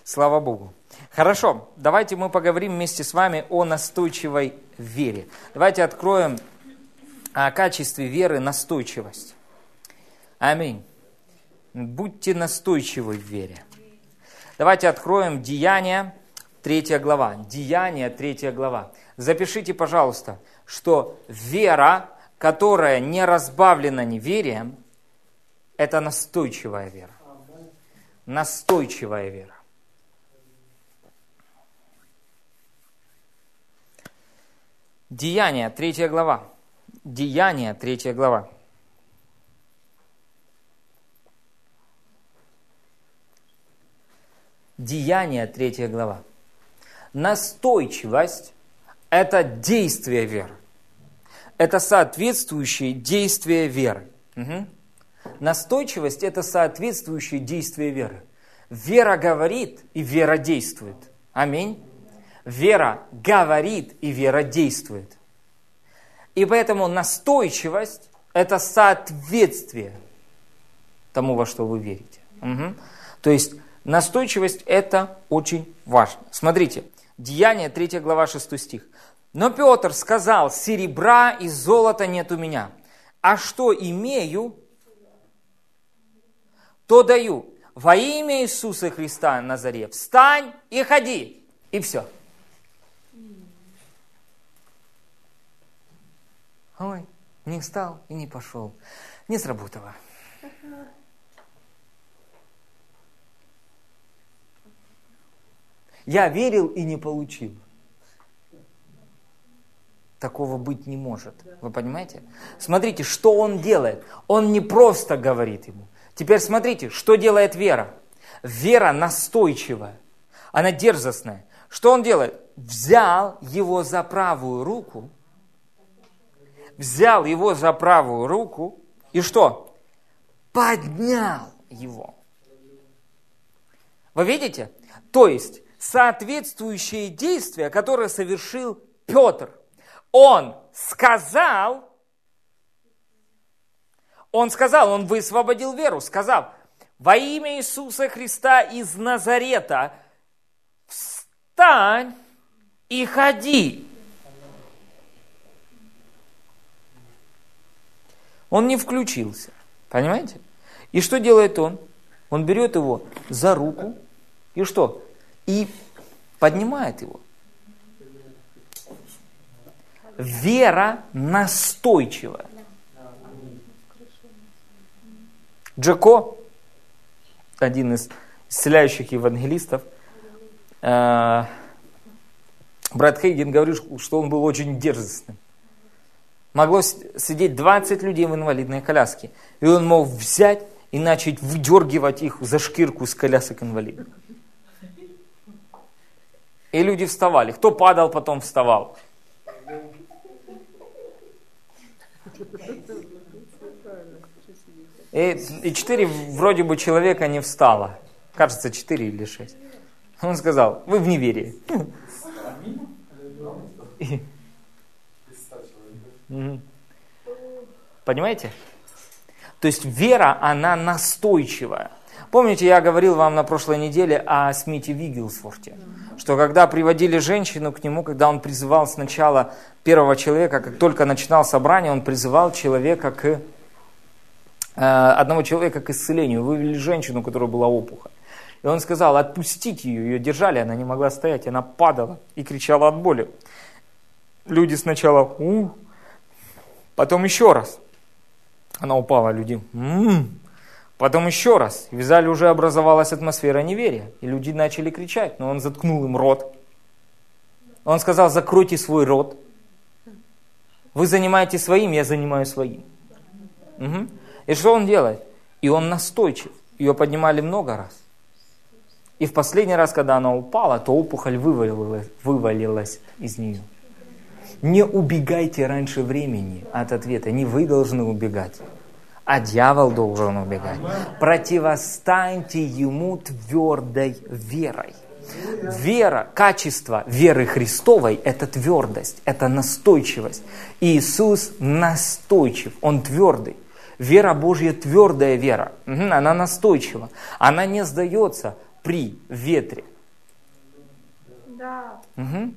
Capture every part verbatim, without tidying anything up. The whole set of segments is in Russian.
Слава Богу. Хорошо, давайте мы поговорим вместе с вами о настойчивой вере. Давайте откроем о качестве веры настойчивость. Аминь. Будьте настойчивы в вере. Давайте откроем Деяния, третья глава. Деяния, третья глава. Запишите, пожалуйста, что вера, которая не разбавлена неверием, это настойчивая вера. Настойчивая вера. Деяния, третья глава. Деяния, третья глава. Деяния, третья глава. Настойчивость – это действие веры. Это соответствующее действие веры. Угу. Настойчивость – это соответствующее действие веры. Вера говорит, и вера действует. Аминь. Вера говорит, и вера действует. И поэтому настойчивость – это соответствие тому, во что вы верите. Угу. То есть настойчивость – это очень важно. Смотрите, Деяния, третья глава, шестой стих. «Но Петр сказал: серебра и золота нет у меня, а что имею, то даю. Во имя Иисуса Христа Назарет, встань и ходи». И все. Ой, не встал и не пошел. Не сработало. Я верил и не получил. Такого быть не может. Вы понимаете? Смотрите, что он делает. Он не просто говорит ему. Теперь смотрите, что делает вера. Вера настойчивая. Она дерзостная. Что он делает? Взял его за правую руку. Взял его за правую руку. И что? Поднял его. Вы видите? То есть, соответствующее действие, которое совершил Петр. Он сказал, он сказал, он высвободил веру, сказав: во имя Иисуса Христа из Назарета, встань и ходи. Он не включился, понимаете? И что делает он? Он берет его за руку и что? И поднимает его. Вера настойчивая. Джеко, один из исцеляющих евангелистов, э, брат Хейген говорит, что он был очень дерзостным. Могло сидеть двадцать людей в инвалидной коляске, и он мог взять и начать выдергивать их за шкирку с колясок инвалидов. И люди вставали. Кто падал, потом вставал. И, и четыре вроде бы человека не встало. Кажется, четыре или шесть. Он сказал: вы в неверии. Понимаете? То есть вера, она настойчивая. Помните, я говорил вам на прошлой неделе о Смите Вигглсворте, что когда приводили женщину к нему, когда он призывал сначала первого человека, как только начинал собрание, он призывал человека к, э, одного человека к исцелению. Вывели женщину, у которой была опухоль. И он сказал: отпустите ее. Ее держали, она не могла стоять, она падала и кричала от боли. Люди сначала у, потом еще раз. Она упала, люди м-м. Потом еще раз. И в зале уже образовалась атмосфера неверия. И люди начали кричать, но он заткнул им рот. Он сказал: закройте свой рот. Вы занимаетесь своим, я занимаюсь своим. Угу. И что он делает? И он настойчив. Ее поднимали много раз. И в последний раз, когда она упала, то опухоль вывалилась, вывалилась из нее. Не убегайте раньше времени от ответа. Не вы должны убегать, а дьявол должен убегать. Противостаньте ему твердой верой. Вера, качество веры Христовой – это твердость, это настойчивость. Иисус настойчив, Он твердый. Вера Божья твердая вера, угу, она настойчива. Она не сдается при ветре. Да. Угу.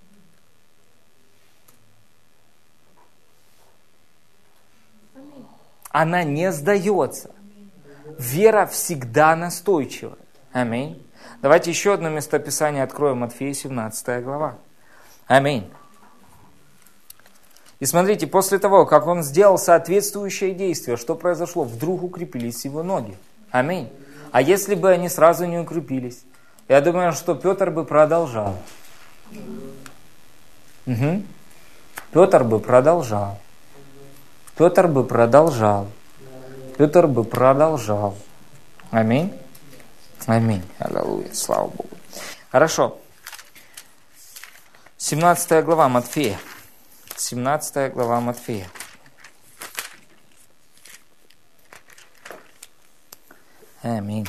Она не сдается. Вера всегда настойчива. Аминь. Давайте еще одно местописание откроем. Матфея семнадцатая глава. Аминь. И смотрите, после того, как он сделал соответствующее действие, что произошло? Вдруг укрепились его ноги. Аминь. А если бы они сразу не укрепились? Я думаю, что Петр бы продолжал. Угу. Петр бы продолжал. Петр бы продолжал. Петр бы продолжал. Аминь. Аминь. Аллилуйя. Слава Богу. Хорошо. семнадцатая глава Матфея. семнадцатая глава Матфея. Аминь.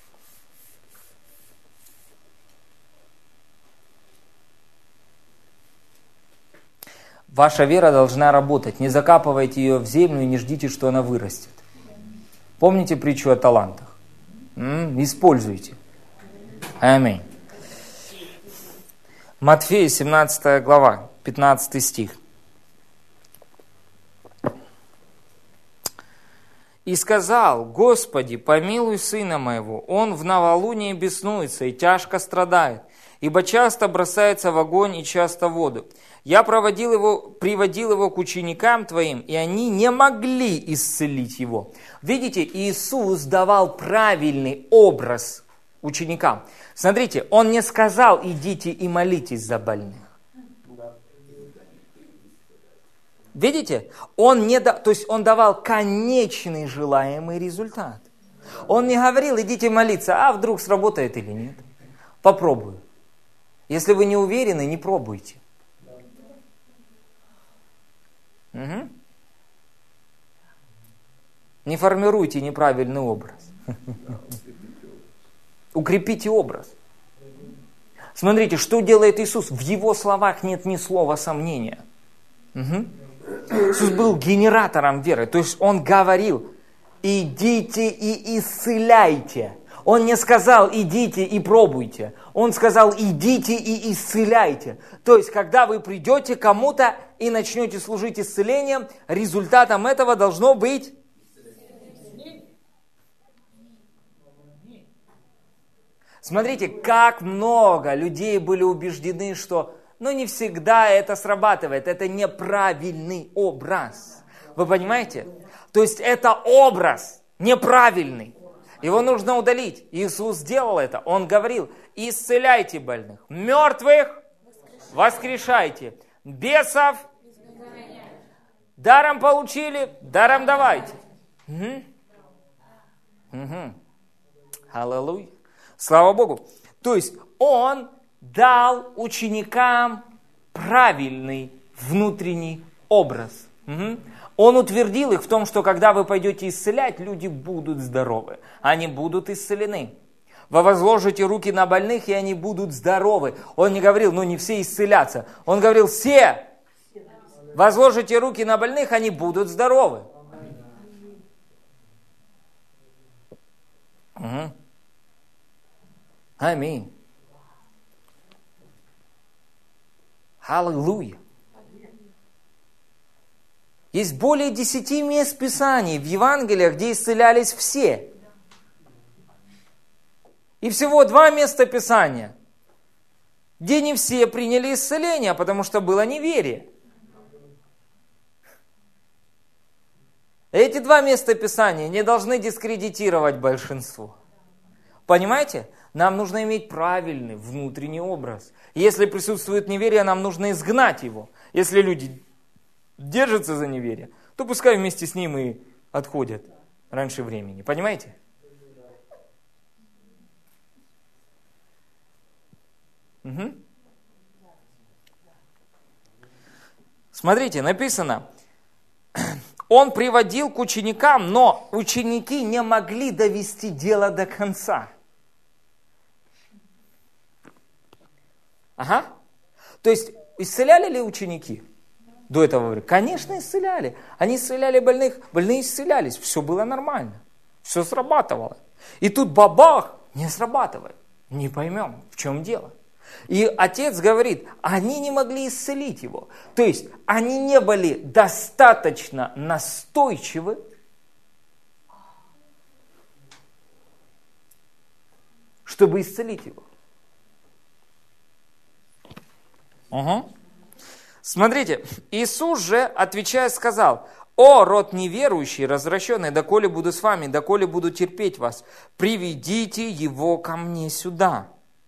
Ваша вера должна работать. Не закапывайте ее в землю и не ждите, что она вырастет. Помните притчу о талантах? М-м, используйте. Аминь. Матфея, семнадцатая глава, пятнадцатый стих. «И сказал: Господи, помилуй сына моего, он в новолуние беснуется и тяжко страдает, ибо часто бросается в огонь и часто в воду. Я проводил его, приводил его к ученикам твоим, и они не могли исцелить его». Видите, Иисус давал правильный образ ученикам. Смотрите, Он не сказал: идите и молитесь за больных. Видите? Он не да... То есть Он давал конечный желаемый результат. Он не говорил: идите молиться, а вдруг сработает или нет. Попробую. Если вы не уверены, не пробуйте. Угу. Не формируйте неправильный образ. Укрепите образ. Смотрите, что делает Иисус. В Его словах нет ни слова сомнения. Угу. Иисус был генератором веры. То есть Он говорил: идите и исцеляйте. Он не сказал: идите и пробуйте. Он сказал: идите и исцеляйте. То есть, когда вы придете к кому-то и начнете служить исцелением, результатом этого должно быть... Смотрите, как много людей были убеждены, что ну, не всегда это срабатывает. Это неправильный образ. Вы понимаете? То есть, это образ неправильный. Его нужно удалить. Иисус сделал это. Он говорил: исцеляйте больных, мертвых воскрешайте, бесов даром получили, даром давайте. Угу. Угу. Аллилуйя. Слава Богу. То есть Он дал ученикам правильный внутренний образ. Угу. Он утвердил их в том, что когда вы пойдете исцелять, люди будут здоровы. Они будут исцелены. Вы возложите руки на больных, и они будут здоровы. Он не говорил: ну не все исцелятся. Он говорил: все возложите руки на больных, они будут здоровы. Угу. Аминь. Аллилуйя. Есть более десяти мест Писаний в Евангелиях, где исцелялись все. И всего два места Писания, где не все приняли исцеление, потому что было неверие. Эти два места Писания не должны дискредитировать большинство. Понимаете? Нам нужно иметь правильный внутренний образ. Если присутствует неверие, нам нужно изгнать его. Если люди держатся за неверие, то пускай вместе с ним и отходят раньше времени. Понимаете? Угу. Смотрите, написано: Он приводил к ученикам, но ученики не могли довести дело до конца. Ага. То есть, исцеляли ли ученики до этого времени? Конечно, исцеляли. Они исцеляли больных, больные исцелялись. Все было нормально. Все срабатывало. И тут бабах, не срабатывает. Не поймем, в чем дело. И отец говорит, они не могли исцелить его. То есть они не были достаточно настойчивы, чтобы исцелить его. Угу. Смотрите, Иисус же, отвечая, сказал: «О, род неверующий, развращенный, доколе буду с вами, доколе буду терпеть вас, приведите его ко мне сюда».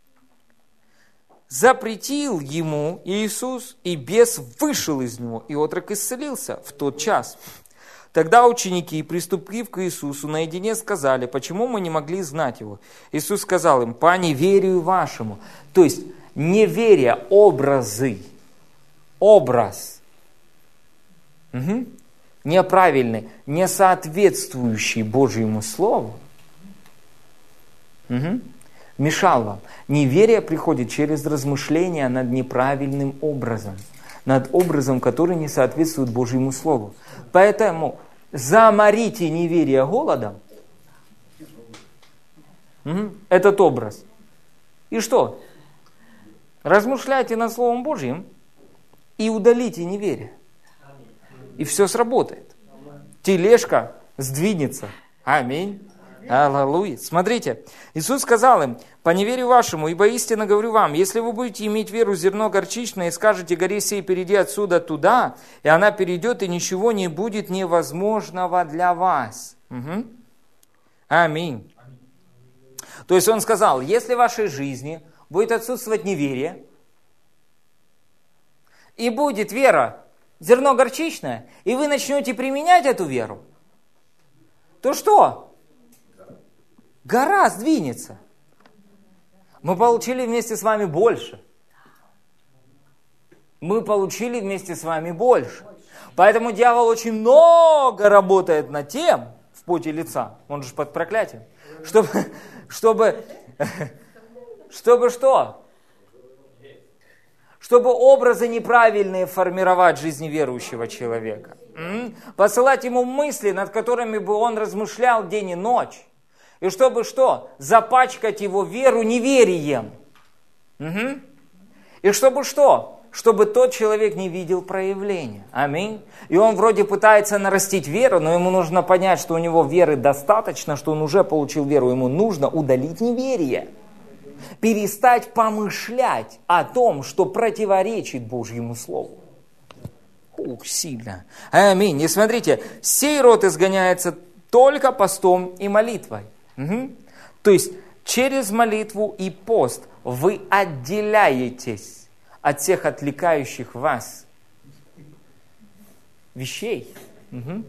Запретил ему Иисус, и бес вышел из него, и отрок исцелился в тот час. Тогда ученики, приступив к Иисусу, наедине сказали: «Почему мы не могли знать его?» Иисус сказал им: «По неверию вашему». То есть неверие, образы, образ, угу. неправильный, не соответствующий Божьему Слову, угу. мешал вам. Неверие приходит через размышления над неправильным образом, над образом, который не соответствует Божьему Слову. Поэтому заморите неверие голодом, угу. этот образ. И что? Размышляйте над Словом Божьим и удалите неверие. И все сработает. Тележка сдвинется. Аминь. Аллилуйя. Смотрите, Иисус сказал им: «По неверию вашему, ибо истинно говорю вам, если вы будете иметь веру зерно горчичное и скажете горе сей, перейди отсюда туда, и она перейдет, и ничего не будет невозможного для вас». Угу. Аминь. То есть Он сказал, если в вашей жизни будет отсутствовать неверие, и будет вера зерно горчичное, и вы начнете применять эту веру, то что? Гора сдвинется. Мы получили вместе с вами больше. Мы получили вместе с вами больше. Поэтому дьявол очень много работает над тем, в поте лица, он же под проклятием, чтобы, чтобы, чтобы что? Чтобы образы неправильные формировать в жизни верующего человека. М? Посылать ему мысли, над которыми бы он размышлял день и ночь. И чтобы что? Запачкать его веру неверием. Угу. И чтобы что? Чтобы тот человек не видел проявления. Аминь. И он вроде пытается нарастить веру, но ему нужно понять, что у него веры достаточно, что он уже получил веру. Ему нужно удалить неверие. Перестать помышлять о том, что противоречит Божьему Слову. Ух, сильно. Аминь. И смотрите, сей род изгоняется только постом и молитвой. Угу. То есть через молитву и пост вы отделяетесь от всех отвлекающих вас вещей. Угу.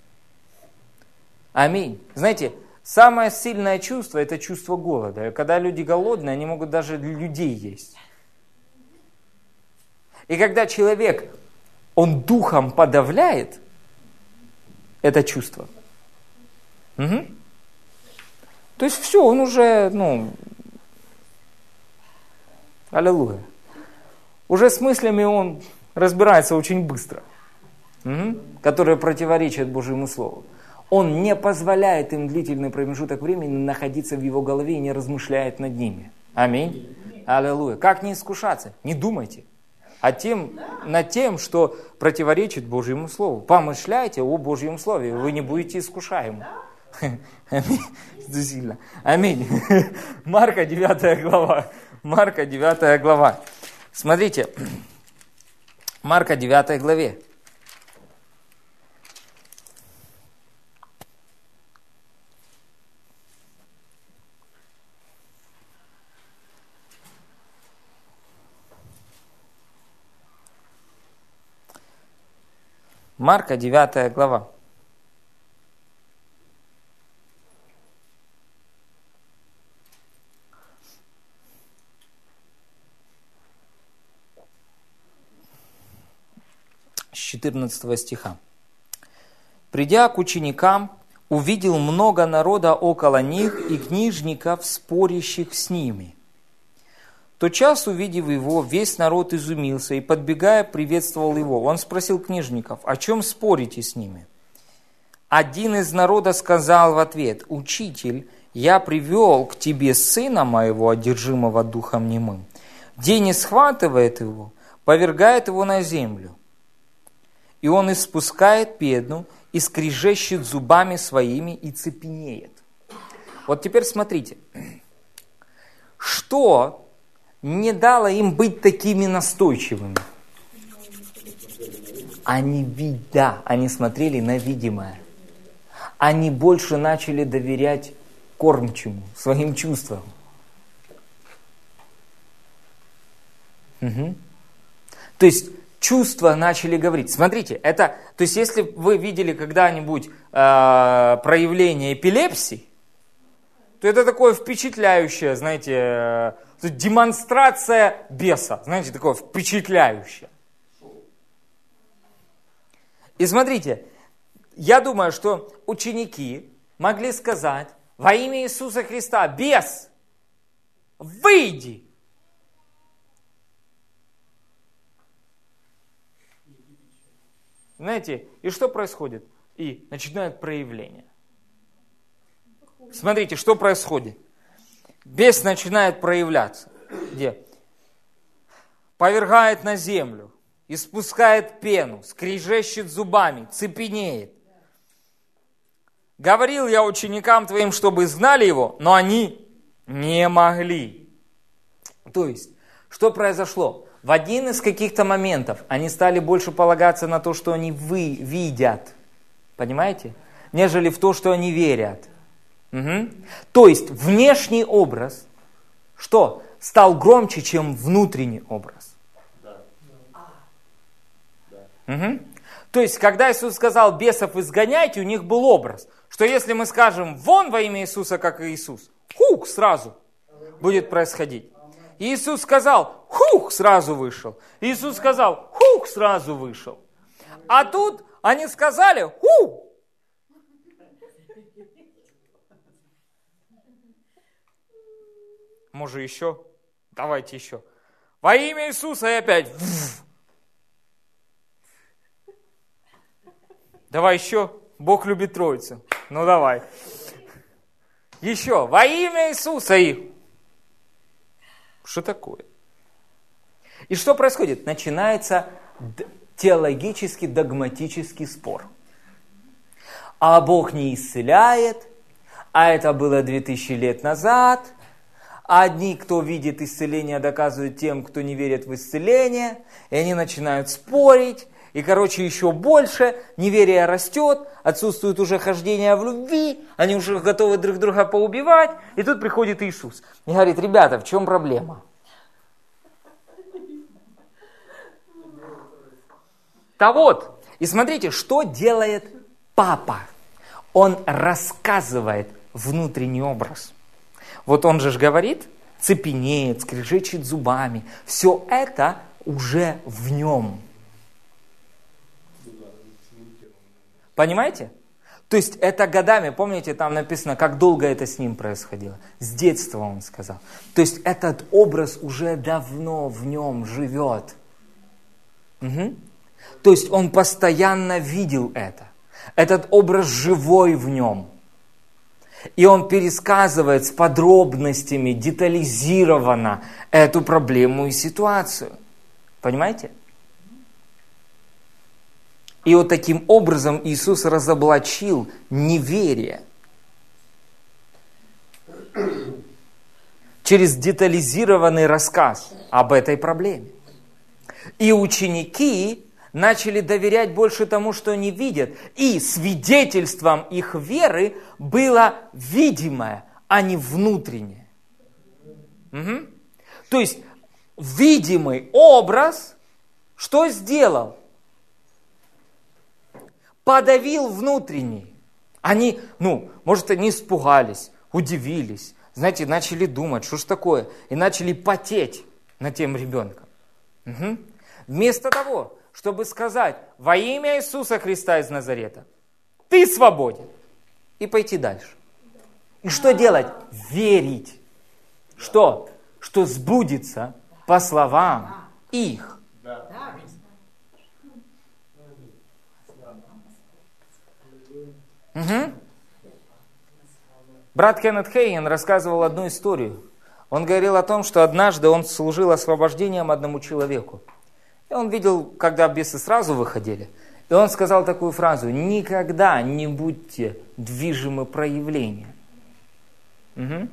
Аминь. Знаете, самое сильное чувство – это чувство голода. Когда люди голодные, они могут даже людей есть. И когда человек, он духом подавляет это чувство, угу. то есть все, он уже, ну, аллилуйя, уже с мыслями он разбирается очень быстро, угу. которые противоречат Божьему Слову. Он не позволяет им длительный промежуток времени находиться в его голове и не размышляет над ними. Аминь. Аллилуйя. Как не искушаться? Не думайте. А тем, над тем, что противоречит Божьему Слову. Помышляйте о Божьем Слове, вы не будете искушаемы. Аминь. Аминь. Марка девятая глава. Марка девятая глава. Смотрите. Марка девятой главе. Марка девятая глава. С четырнадцатого стиха. «Придя к ученикам, увидел много народа около них и книжников, спорящих с ними. Тотчас, увидев его, весь народ изумился и, подбегая, приветствовал его. Он спросил книжников: о чем спорите с ними? Один из народа сказал в ответ: «Учитель, я привел к тебе сына моего, одержимого духом немым. День схватывает его, повергает его на землю. И он испускает пену, и скрежещет зубами своими, и цепенеет. Вот теперь смотрите. Что не дало им быть такими настойчивыми? Они, да, они смотрели на видимое. Они больше начали доверять кормчему, своим чувствам. Угу. То есть чувства начали говорить. Смотрите, это, то есть если вы видели когда-нибудь э, проявление эпилепсии, то это такое впечатляющее, знаете, э, демонстрация беса, знаете, такое впечатляющее. И смотрите, я думаю, что ученики могли сказать: во имя Иисуса Христа, бес, выйди. Знаете, и что происходит? И начинают проявление. Смотрите, что происходит. Бес начинает проявляться. Где? Повергает на землю, испускает пену, скрежещет зубами, цепенеет. Говорил я ученикам твоим, чтобы знали его, но они не могли. То есть, что произошло? В один из каких-то моментов они стали больше полагаться на то, что они вы, видят, понимаете, нежели в то, что они верят. Угу. То есть внешний образ, что? Стал громче, чем внутренний образ. Да. Угу. То есть, когда Иисус сказал: бесов изгоняйте, у них был образ, что если мы скажем вон во имя Иисуса, как и Иисус, хук, сразу будет происходить. Иисус сказал, хух, сразу вышел. Иисус сказал, хух, сразу вышел. А тут они сказали, хух. Может еще? Давайте еще. Во имя Иисуса и опять. Давай еще. Бог любит Троицу. Ну давай. Еще. Во имя Иисуса и... Что такое? И что происходит? Начинается теологический, догматический спор. А Бог не исцеляет, а это было две тысячи лет назад. А одни, кто видит исцеление, доказывают тем, кто не верит в исцеление. И они начинают спорить. И, короче, еще больше. Неверие растет, отсутствует уже хождение в любви. Они уже готовы друг друга поубивать. И тут приходит Иисус. И говорит: ребята, в чем проблема? Да вот. И смотрите, что делает папа. Он рассказывает внутренний образ. Вот он же говорит, цепенеет, скрежещет зубами. Все это уже в нем. Понимаете? То есть это годами, помните, там написано, как долго это с ним происходило. С детства он сказал. То есть этот образ уже давно в нем живет. Угу. То есть он постоянно видел это. Этот образ живой в нем. И он пересказывает с подробностями, детализированно эту проблему и ситуацию. Понимаете? И вот таким образом Иисус разоблачил неверие. Через детализированный рассказ об этой проблеме. И ученики начали доверять больше тому, что они видят. И свидетельством их веры было видимое, а не внутреннее. Угу. То есть видимый образ что сделал? Подавил внутренний. Они, ну, может, они испугались, удивились, знаете, начали думать, что ж такое, и начали потеть над тем ребенком. Угу. Вместо того, чтобы сказать: во имя Иисуса Христа из Назарета, ты свободен, и пойти дальше. И что делать? Верить. Что? Что сбудется по словам их. Угу. Брат Кеннет Хейген рассказывал одну историю. Он говорил о том, что однажды он служил освобождением одному человеку. И он видел, когда бесы сразу выходили. И он сказал такую фразу: никогда не будьте движимы проявлением. Угу.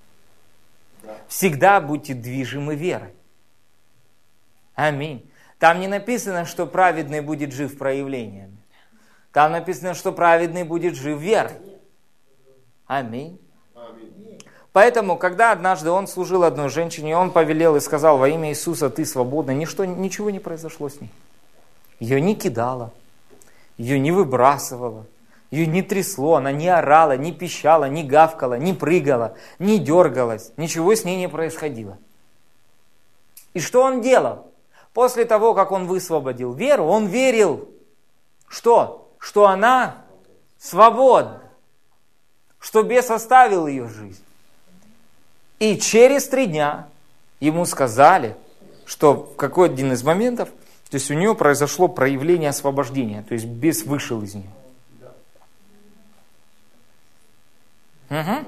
Всегда будьте движимы верой. Аминь. Там не написано, что праведный будет жив проявлениями. Там написано, что праведный будет жив верой. Аминь. Поэтому, когда однажды он служил одной женщине, он повелел и сказал: во имя Иисуса ты свободна, ничто, ничего не произошло с ней. Ее не кидало, ее не выбрасывало, ее не трясло, она не орала, не пищала, не гавкала, не прыгала, не дергалась, ничего с ней не происходило. И что он делал? После того, как он высвободил веру, он верил, что? Что она свободна, что бес оставил ее жизнь. И через три дня ему сказали, что в какой один из моментов, то есть у нее произошло проявление освобождения, то есть бес вышел из нее. Угу.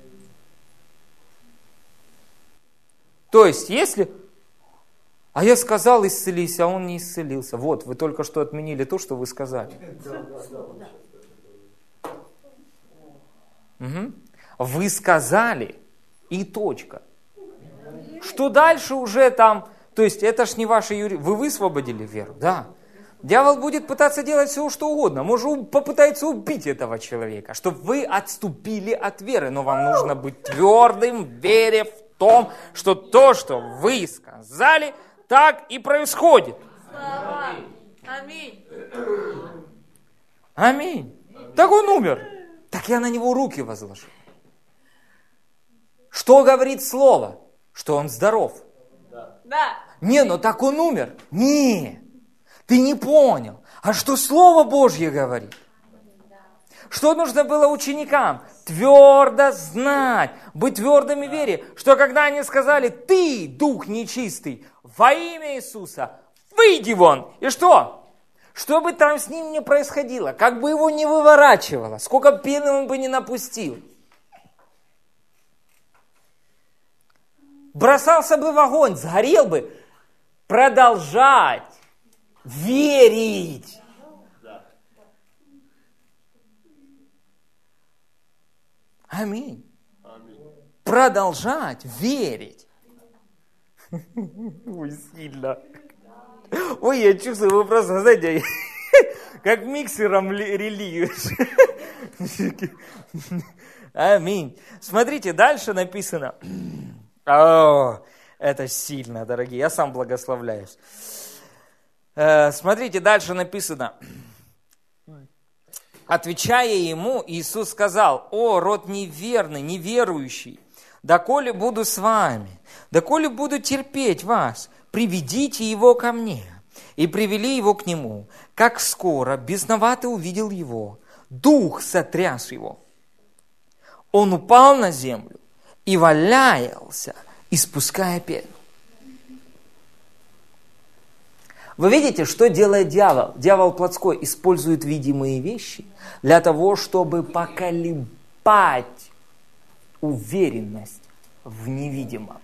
То есть, если... А я сказал, исцелись, а он не исцелился. Вот, вы только что отменили то, что вы сказали. Угу. Вы сказали, и точка. Что дальше уже там... То есть, это ж не ваша юри... Вы высвободили веру, да. Дьявол будет пытаться делать все, что угодно. Может, попытается убить этого человека, чтобы вы отступили от веры. Но вам нужно быть твердым в вере в том, что то, что вы сказали, так и происходит. Слава! Аминь! Аминь. Так он умер. Так я на него руки возложил. Что говорит слово? Что он здоров. Да. Не, ну так он умер. Не, ты не понял. А что Слово Божье говорит? Что нужно было ученикам? Твердо знать, быть твердыми в вере, что когда они сказали: ты, дух нечистый, во имя Иисуса, выйди вон. И что? Что бы там с ним ни происходило, как бы его ни выворачивало, сколько пены он бы ни напустил, бросался бы в огонь, сгорел бы, продолжать верить. Аминь. Продолжать верить. Ой, сильно. Ой, я чувствую, вы просто, знаете, как миксером релиешь. Аминь. Смотрите, дальше написано. О, это сильно, дорогие. Я сам благословляюсь. Смотрите, дальше написано. Отвечая ему, Иисус сказал: о, род неверный, неверующий, доколе буду с вами, доколе буду терпеть вас, приведите его ко мне. И привели его к нему. Как скоро бесноватый увидел его, дух сотряс его. Он упал на землю и валялся, испуская пену. Вы видите, что делает дьявол? Дьявол плотской использует видимые вещи для того, чтобы поколебать уверенность в невидимом.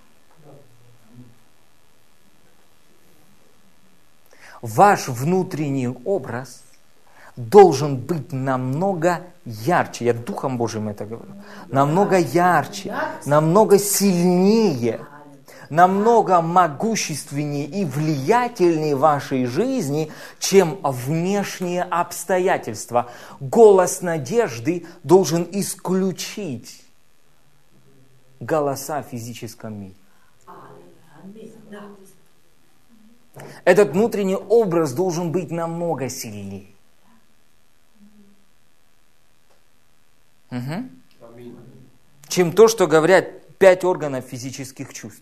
Ваш внутренний образ должен быть намного ярче, я Духом Божьим это говорю, намного ярче, намного сильнее, намного могущественнее и влиятельнее в вашей жизни, чем внешние обстоятельства. Голос надежды должен исключить голоса в физическом мире. Этот внутренний образ должен быть намного сильнее. Угу. Чем то, что говорят пять органов физических чувств.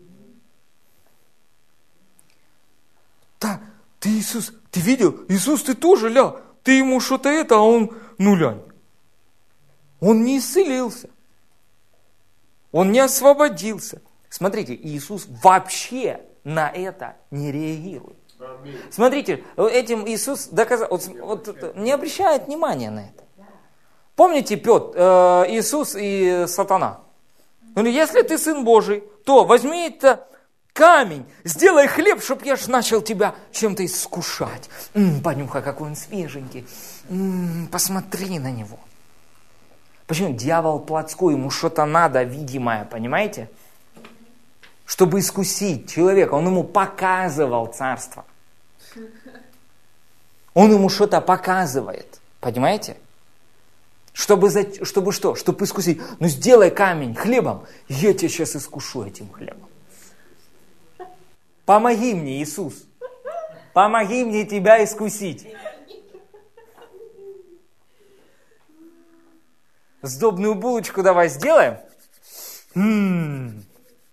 Да, ты Иисус, ты видел? Иисус, ты тоже, ля, ты ему что-то это, а он, ну лянь. Он не исцелился. Он не освободился. Смотрите, Иисус вообще на это не реагирует. Аминь. Смотрите, этим Иисус доказал, вот, вот, не обращает внимания на это. Помните Петр, э, Иисус и сатана? Он говорит, если ты Сын Божий, то возьми это камень, сделай хлеб, чтоб я ж начал тебя чем-то искушать. М-м, понюхай, какой он свеженький. М-м, посмотри на него. Почему? Дьявол плотской, ему что-то надо видимое, понимаете? Чтобы искусить человека, он ему показывал царство. Он ему что-то показывает, понимаете? Чтобы, за, чтобы что? Чтобы искусить. Ну сделай камень хлебом, я тебя сейчас искушу этим хлебом. Помоги мне, Иисус. Помоги мне тебя искусить. Сдобную булочку давай сделаем. М-м-м.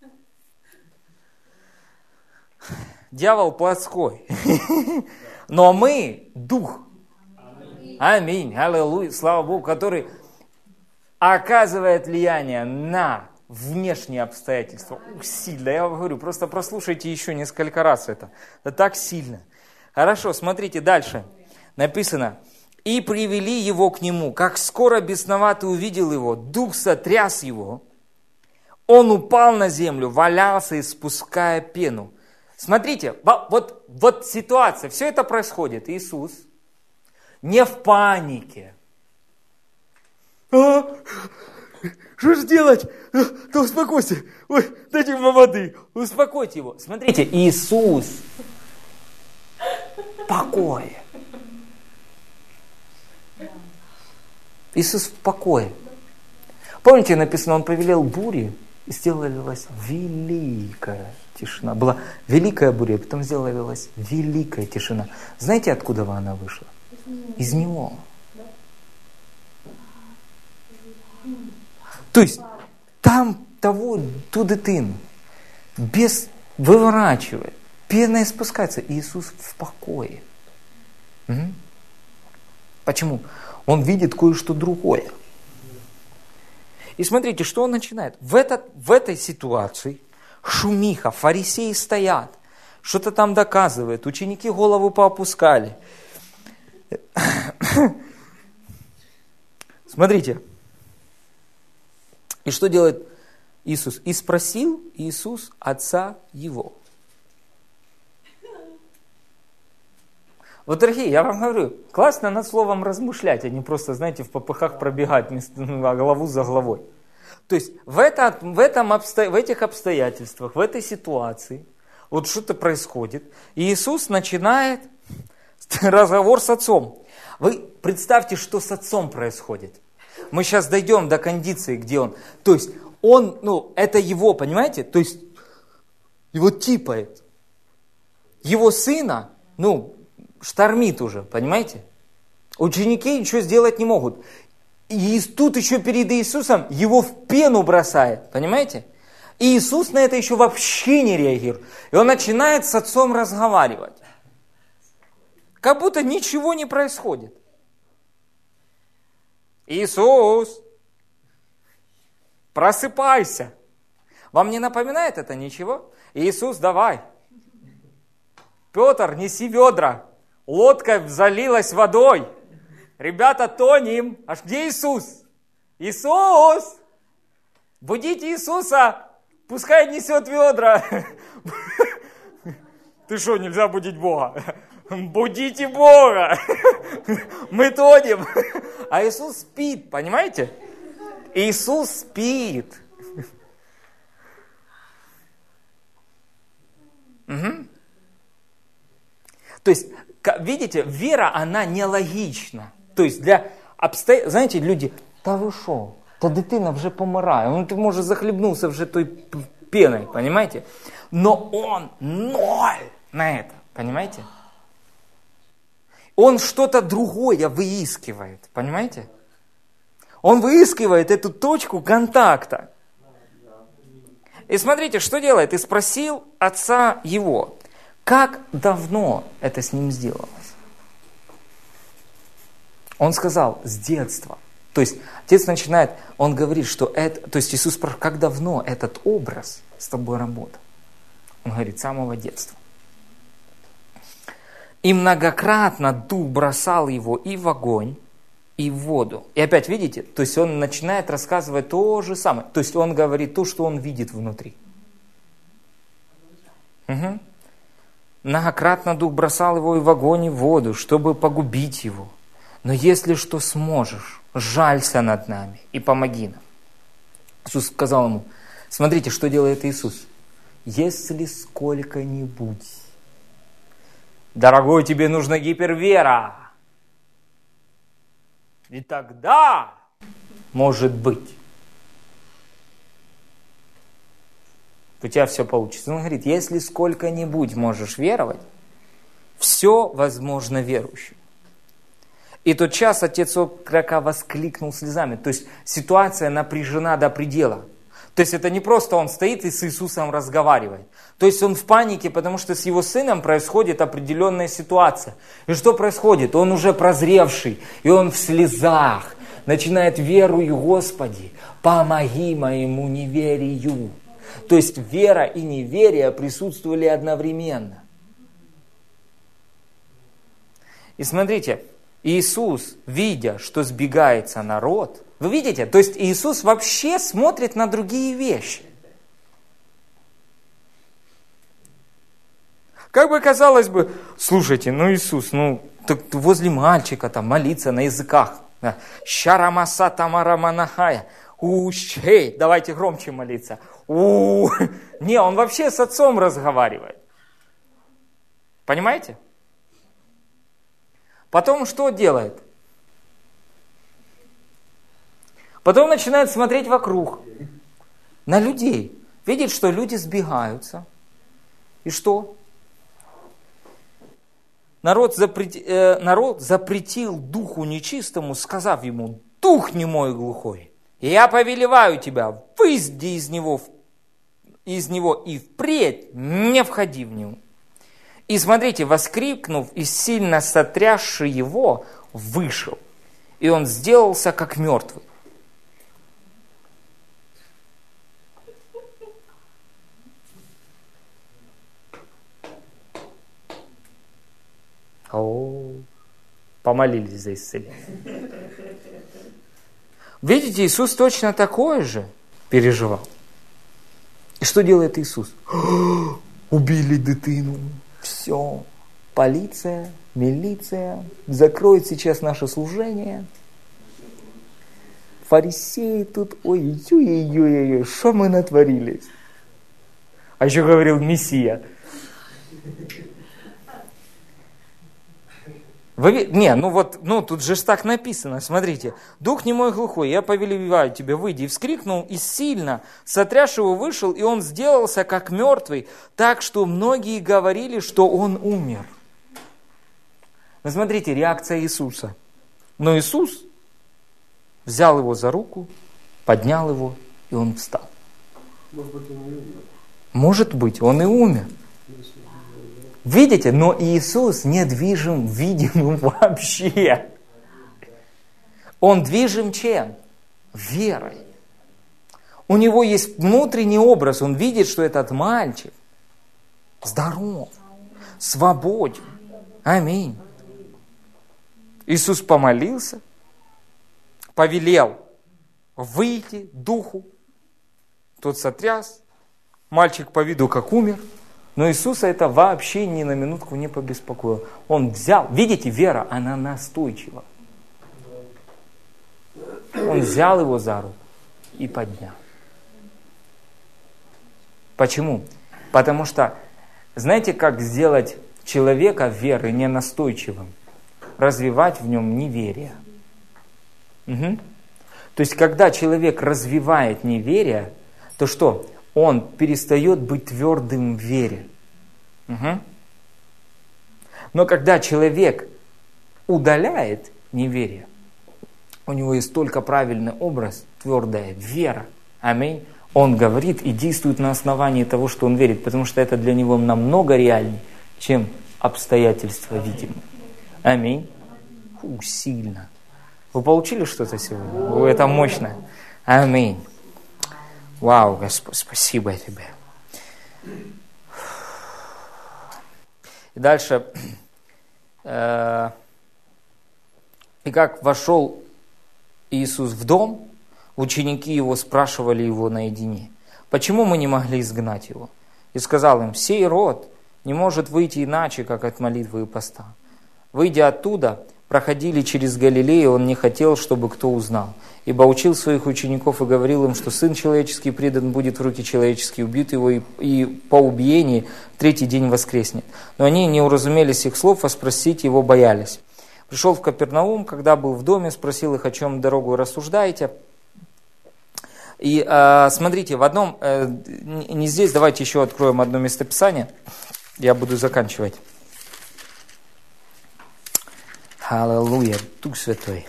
Дьявол плотской. Но мы дух. Аминь. Аллилуйя. Слава Богу, который оказывает влияние на внешние обстоятельства. Ух, сильно. Я вам говорю, просто прослушайте еще несколько раз это. Это так сильно. Хорошо, смотрите дальше. Написано. И привели его к нему. Как скоро бесноватый увидел его, дух сотряс его. Он упал на землю, валялся, испуская пену. Смотрите, вот, вот ситуация, все это происходит. Иисус не в панике. А, что же делать? Да успокойся. Ой, дайте ему воды. Успокойте его. Смотрите, Иисус в покое. Иисус в покое. Помните, написано, он повелел бури, и сделалась великая тишина. Была великая буря, потом сделалась великая тишина. Знаете, откуда она вышла? Из него. То есть, там того, ту дитину, без выворачивает, пена спускается, Иисус в покое. Угу. Почему? Он видит кое-что другое. И смотрите, что он начинает. В, этот, в этой ситуации шумиха, фарисеи стоят, что-то там доказывают, ученики голову поопускали. Смотрите. И что делает Иисус? И спросил Иисус отца его. Вот, дорогие, я вам говорю, классно над словом размышлять, а не просто, знаете, в попыхах пробегать голову за головой. То есть в, это, в, этом обсто... в этих обстоятельствах, в этой ситуации, вот что-то происходит, и Иисус начинает разговор с отцом. Вы представьте, что с отцом происходит. Мы сейчас дойдем до кондиции, где он. То есть он, ну, это его, понимаете? То есть его типает. Его сына, ну, штормит уже, понимаете? Ученики ничего сделать не могут. И тут еще перед Иисусом его в пену бросает, понимаете? И Иисус на это еще вообще не реагирует. И он начинает с отцом разговаривать. Как будто ничего не происходит. Иисус, просыпайся. Вам не напоминает это ничего? Иисус, давай. Петр, неси ведра. Лодка залилась водой. Ребята, тонем. А где Иисус? Иисус! Будите Иисуса. Пускай несет ведра. Ты что, нельзя будить Бога? Будите Бога. Мы тонем. А Иисус спит, понимаете? Иисус спит. Угу. То есть, видите, вера, она нелогична. То есть, для обстоятельств, знаете, люди, та ви що? Та дитина вже помирає, он, може, захлебнулся вже той пеной, понимаете? Но он ноль на это, понимаете? Он что-то другое выискивает, понимаете? Он выискивает эту точку контакта. И смотрите, что делает? И спросил отца его, как давно это с ним сделалось? Он сказал, с детства. То есть отец начинает, он говорит, что это, то есть Иисус спрашивает, как давно этот образ с тобой работал? Он говорит, с самого детства. И многократно дух бросал его и в огонь, и в воду. И опять, видите, то есть он начинает рассказывать то же самое. То есть он говорит то, что он видит внутри. Угу. Многократно дух бросал его и в огонь, и в воду, чтобы погубить его. Но если что сможешь, жалься над нами и помоги нам. Иисус сказал ему, смотрите, что делает Иисус. Если сколько-нибудь, дорогой, тебе нужна гипервера. И тогда, может быть, у тебя все получится. Он говорит, если сколько-нибудь можешь веровать, все возможно верующим. И тот час отец окрока воскликнул слезами. То есть ситуация напряжена до предела. То есть это не просто он стоит и с Иисусом разговаривает. То есть он в панике, потому что с его сыном происходит определенная ситуация. И что происходит? Он уже прозревший, и он в слезах начинает: верую, Господи, помоги моему неверию. То есть вера и неверие присутствовали одновременно. И смотрите, Иисус, видя, что сбегается народ, вы видите, то есть Иисус вообще смотрит на другие вещи. Как бы казалось бы, слушайте, ну Иисус, ну так возле мальчика там молиться на языках. Шарамаса тамараманахая. Ущей, давайте громче молиться. У, не, он вообще с отцом разговаривает. Понимаете? Потом что делает? Потом начинает смотреть вокруг, на людей. Видит, что люди сбегаются. И что? Народ, запрет, э, народ запретил духу нечистому, сказав ему: дух немой и глухой, я повелеваю тебя, выйди из него, из него и впредь не входи в него. И смотрите, воскликнув и сильно сотрясший его, вышел. И он сделался как мертвый. О, помолились за исцеление. Видите, Иисус точно такое же переживал. И что делает Иисус? Убили дитину. Все. Полиция, милиция закроет сейчас наше служение. Фарисеи тут, ой-ой-ой-ой, что мы натворили? А еще говорил Мессия. Вы, не, ну вот, ну тут же так написано, смотрите. Дух немой и глухой, я повелеваю тебе, выйди. И вскрикнул, и сильно, сотряс его, вышел, и он сделался как мертвый, так что многие говорили, что он умер. Но смотрите, реакция Иисуса. Но Иисус взял его за руку, поднял его, и он встал. Может быть, он и умер. Может быть, он и умер. Видите, но Иисус не движим видимым вообще. Он движим чем? Верой. У него есть внутренний образ, он видит, что этот мальчик здоров, свободен. Аминь. Иисус помолился, повелел выйти духу. Тот сотряс, мальчик по виду как умер. Но Иисуса это вообще ни на минутку не побеспокоило. Он взял, видите, вера, она настойчива. Он взял его за руку и поднял. Почему? Потому что, знаете, как сделать человека веры ненастойчивым? Развивать в нем неверие. Угу. То есть, когда человек развивает неверие, то что? Он перестает быть твердым в вере. Угу. Но когда человек удаляет неверие, у него есть только правильный образ, твердая вера. Аминь. Он говорит и действует на основании того, что он верит, потому что это для него намного реальнее, чем обстоятельства видимые. Аминь. Фу, сильно. Вы получили что-то сегодня? О, это мощно. Аминь. Вау, Господь, спасибо тебе. И дальше. Э, и как вошел Иисус в дом, ученики его спрашивали его наедине, почему мы не могли изгнать его? И сказал им, сей род не может выйти иначе, как от молитвы и поста. Выйдя оттуда, проходили через Галилею, он не хотел, чтобы кто узнал, ибо учил своих учеников и говорил им, что Сын Человеческий предан будет в руки человеческие, убьют его и, и по убиении в третий день воскреснет. Но они не уразумели сих слов, а спросить его боялись. Пришел в Капернаум, когда был в доме, спросил их, о чем дорогу рассуждаете. И э, смотрите, в одном, э, не здесь, давайте еще откроем одно местописание, я буду заканчивать. Аллилуйя, Дух Святой.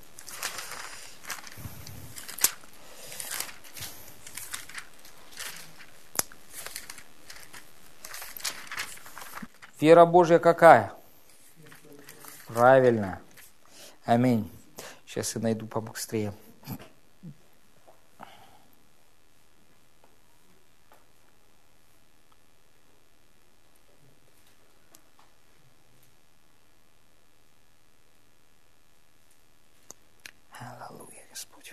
Вера Божья какая? Правильно. Аминь. Сейчас я найду побыстрее. Аллилуйя, Господь.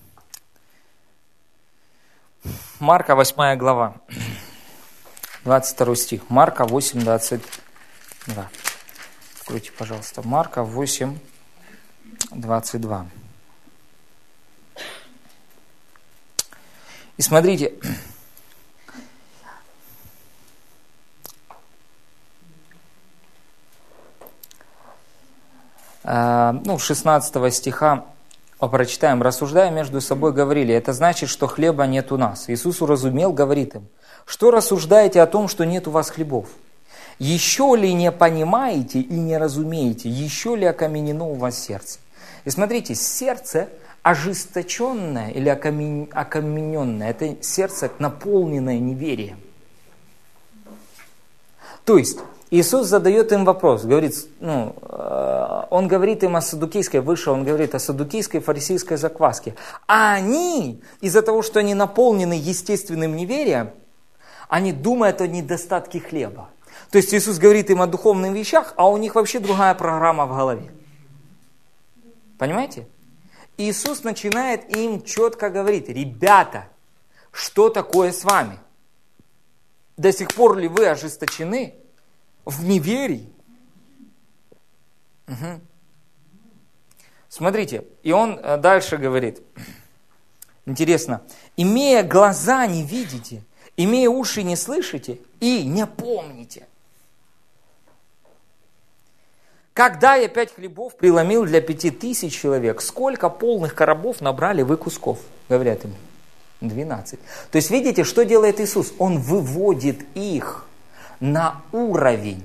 Марка, восьмая глава. двадцать второй стих. Марка восемь, двадцать два. Откройте, пожалуйста. Марка восемь, двадцать два. И смотрите. Ну, шестнадцатого стиха прочитаем. «Рассуждая между собой, говорили, это значит, что хлеба нет у нас. Иисус уразумел, говорит им, что рассуждаете о том, что нет у вас хлебов? Еще ли не понимаете и не разумеете? Еще ли окаменено у вас сердце?» И смотрите, сердце ожесточенное или окамененное, это сердце, наполненное неверием. То есть, Иисус задает им вопрос, говорит, ну, он говорит им о саддукейской, выше он говорит о саддукейской фарисейской закваске. А они, из-за того, что они наполнены естественным неверием, они думают о недостатке хлеба. То есть Иисус говорит им о духовных вещах, а у них вообще другая программа в голове. Понимаете? Иисус начинает им четко говорить, ребята, что такое с вами? До сих пор ли вы ожесточены в неверии? Угу. Смотрите, и он дальше говорит, интересно, имея глаза не видите, имея уши не слышите и не помните. Когда я пять хлебов преломил для пяти тысяч человек, сколько полных коробов набрали вы кусков? Говорят ему, двенадцать. То есть видите, что делает Иисус? Он выводит их на уровень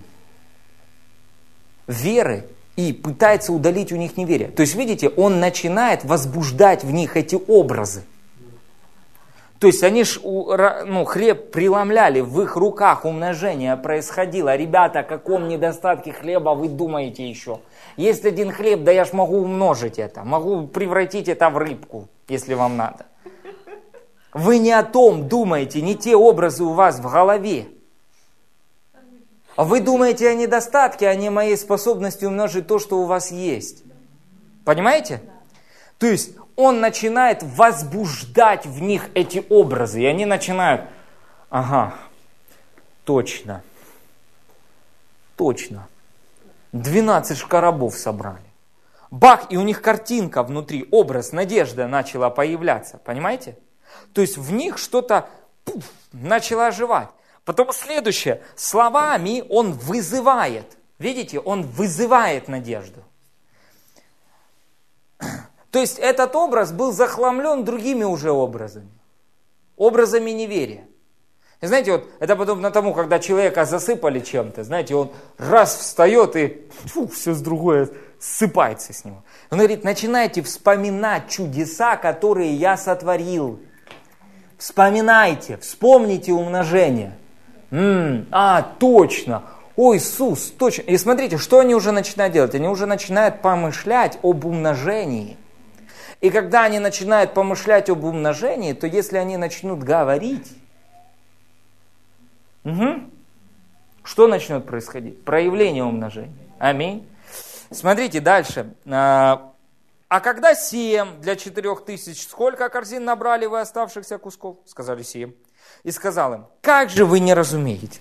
веры и пытается удалить у них неверие. То есть видите, он начинает возбуждать в них эти образы. То есть они ж, ну, хлеб преломляли, в их руках умножение происходило. Ребята, о каком недостатке хлеба вы думаете еще? Есть один хлеб, да я ж могу умножить это, могу превратить это в рыбку, если вам надо. Вы не о том думаете, не те образы у вас в голове. Вы думаете о недостатке, а не о моей способности умножить то, что у вас есть. Понимаете? То есть он начинает возбуждать в них эти образы. И они начинают, ага, точно, точно. двенадцать коробов собрали. Бах, и у них картинка внутри, образ, надежда начала появляться. Понимаете? То есть в них что-то пуф, начало оживать. Потом следующее. Словами он вызывает. Видите, он вызывает надежду. То есть этот образ был захламлен другими уже образами. Образами неверия. И знаете, вот это подобно тому, когда человека засыпали чем-то, знаете, он раз встает и фу, все с другое ссыпается с него. Он говорит, начинайте вспоминать чудеса, которые я сотворил. Вспоминайте, вспомните умножение. М-м, а, точно. Ой, Иисус, точно. И смотрите, что они уже начинают делать? Они уже начинают помышлять об умножении. И когда они начинают помышлять об умножении, то если они начнут говорить, угу, что начнет происходить? Проявление умножения. Аминь. Смотрите дальше. О а когда семь для четырех тысяч, сколько корзин набрали вы оставшихся кусков? Сказали семь. И сказал им, как же вы не разумеете?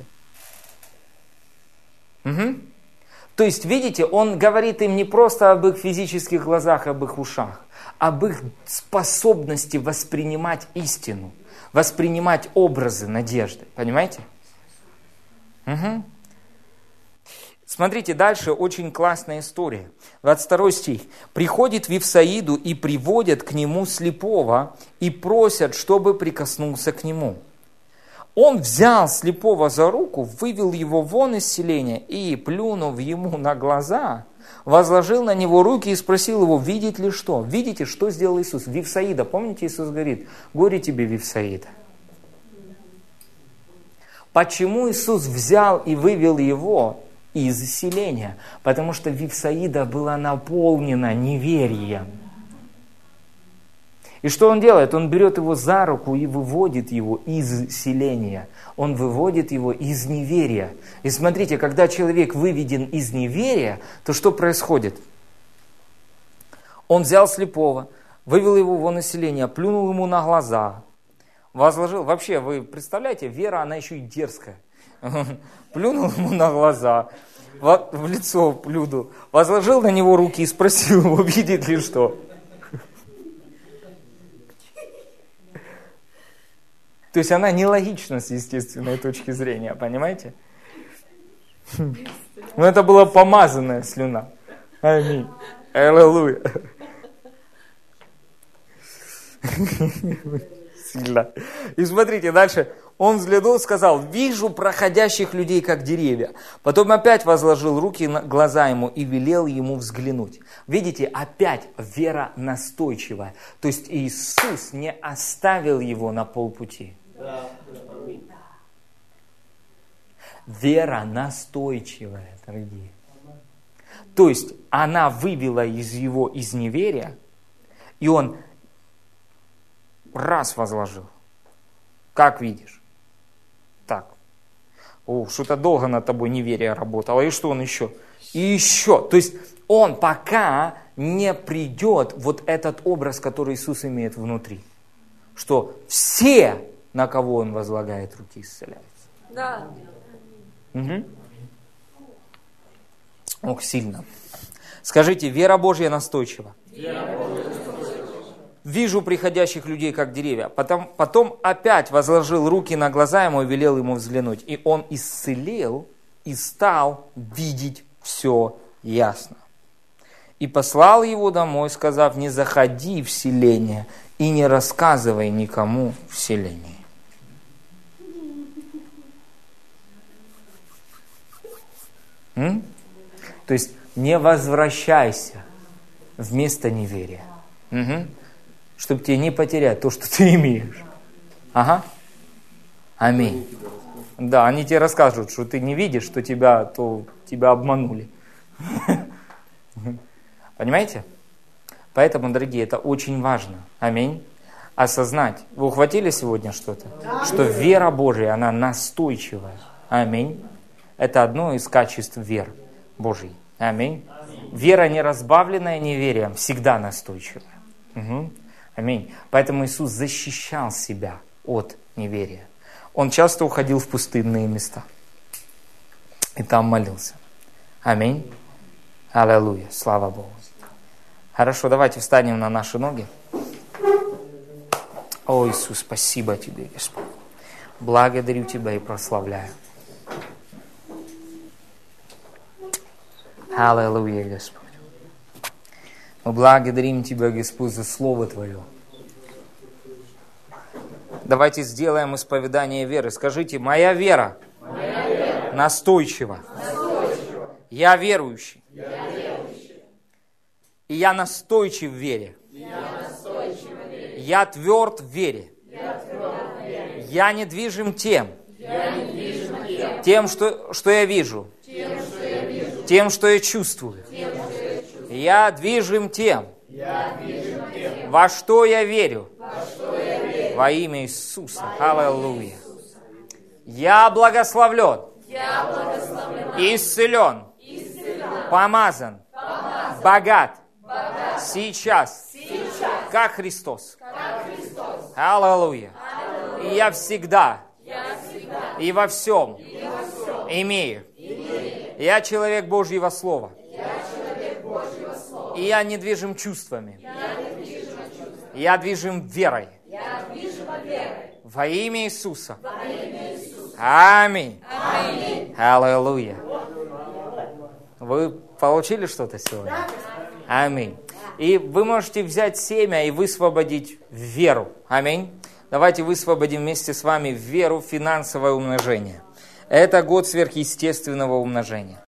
Угу. То есть, видите, он говорит им не просто об их физических глазах, об их ушах, об их способности воспринимать истину, воспринимать образы надежды. Понимаете? Угу. Смотрите, дальше очень классная история. двадцать второй стих. «Приходит Вифсаиду и приводят к нему слепого и просят, чтобы прикоснулся к нему. Он взял слепого за руку, вывел его вон из селения и, плюнув ему на глаза, возложил на него руки и спросил его, видит ли что?» Видите, что сделал Иисус? Вифсаида, помните, Иисус говорит, горе тебе, Вифсаида. Почему Иисус взял и вывел его из селения? Потому что Вифсаида была наполнена неверием. И что он делает? Он берет его за руку и выводит его из селения. Он выводит его из неверия. И смотрите, когда человек выведен из неверия, то что происходит? Он взял слепого, вывел его вон из селения, плюнул ему на глаза, возложил... Вообще, вы представляете, вера, она еще и дерзкая. Плюнул ему на глаза, в лицо плюнул, возложил на него руки и спросил его, видит ли что. То есть она нелогична с естественной точки зрения, понимаете? Но это была помазанная слюна. Аминь. Аллилуйя. Сильно. И смотрите, дальше. Он взглянул, сказал, вижу проходящих людей, как деревья. Потом опять возложил руки на глаза ему и велел ему взглянуть. Видите, опять вера настойчивая. То есть Иисус не оставил его на полпути. Вера настойчивая, дорогие. То есть она вывела из его из неверия, и он раз возложил. Как видишь? Так. О, что-то долго над тобой неверие работало. И что он еще? И еще. То есть он пока не придет вот этот образ, который Иисус имеет внутри. Что все, на кого он возлагает руки, исцеляются. Да. Угу. Ох, сильно. Скажите, вера Божья настойчива. Вера Божья настойчива. Вижу приходящих людей, как деревья. Потом, потом опять возложил руки на глаза ему и велел ему взглянуть. И он исцелил и стал видеть все ясно. И послал его домой, сказав, не заходи в селение и не рассказывай никому в селении. М? То есть не возвращайся вместо неверия. Угу. Чтобы тебе не потерять то, что ты имеешь. Ага. Аминь. Да, они тебе расскажут, что ты не видишь, что тебя, то тебя обманули. Понимаете? Поэтому, дорогие, это очень важно. Аминь. Осознать. Вы ухватили сегодня что-то? Что вера Божия, она настойчивая. Аминь. Это одно из качеств веры Божьей. Аминь. Вера, не разбавленная неверием, всегда настойчивая. Угу. Аминь. Поэтому Иисус защищал себя от неверия. Он часто уходил в пустынные места. И там молился. Аминь. Аллилуйя. Слава Богу. Хорошо, давайте встанем на наши ноги. О, Иисус, спасибо Тебе, Господь. Благодарю Тебя и прославляю. Аллилуйя, Господь. Мы благодарим Тебя, Господь, за Слово Твое. Давайте сделаем исповедание веры. Скажите, моя вера, моя вера настойчива. настойчива. Я верующий. Я верующий. И я настойчив в вере. Я, настойчив в вере. Я тверд в вере. Я, тверд в вере. Я недвижим тем, я недвижим тем, тем что, что я вижу. Тем, что я вижу. Тем, что я чувствую. Тем, что я, чувствую. Я движим тем, я движим тем, во что я верю. Во, что я верю. Во имя Иисуса. Аллилуйя. Я благословлен. Я благословлен. Исцелен. Исцелен. Помазан. Помазан. Богат. Богат. Сейчас. сейчас, Как Христос. как Христос. Аллилуйя. Аллилуйя. И я всегда Я всегда и во всем и во всем имею. имею. Я человек Божьего Слова. Я человек Божьего Слова. И я не движим чувствами. Я недвижима чувством. Я движим верой. Я движима верой. Во имя Иисуса. Во имя Иисуса. Аминь. Аминь. Аллилуйя. Вы получили что-то сегодня? Аминь. И вы можете взять семя и высвободить в веру. Аминь. Давайте высвободим вместе с вами в веру финансовое умножение. Это год сверхъестественного умножения.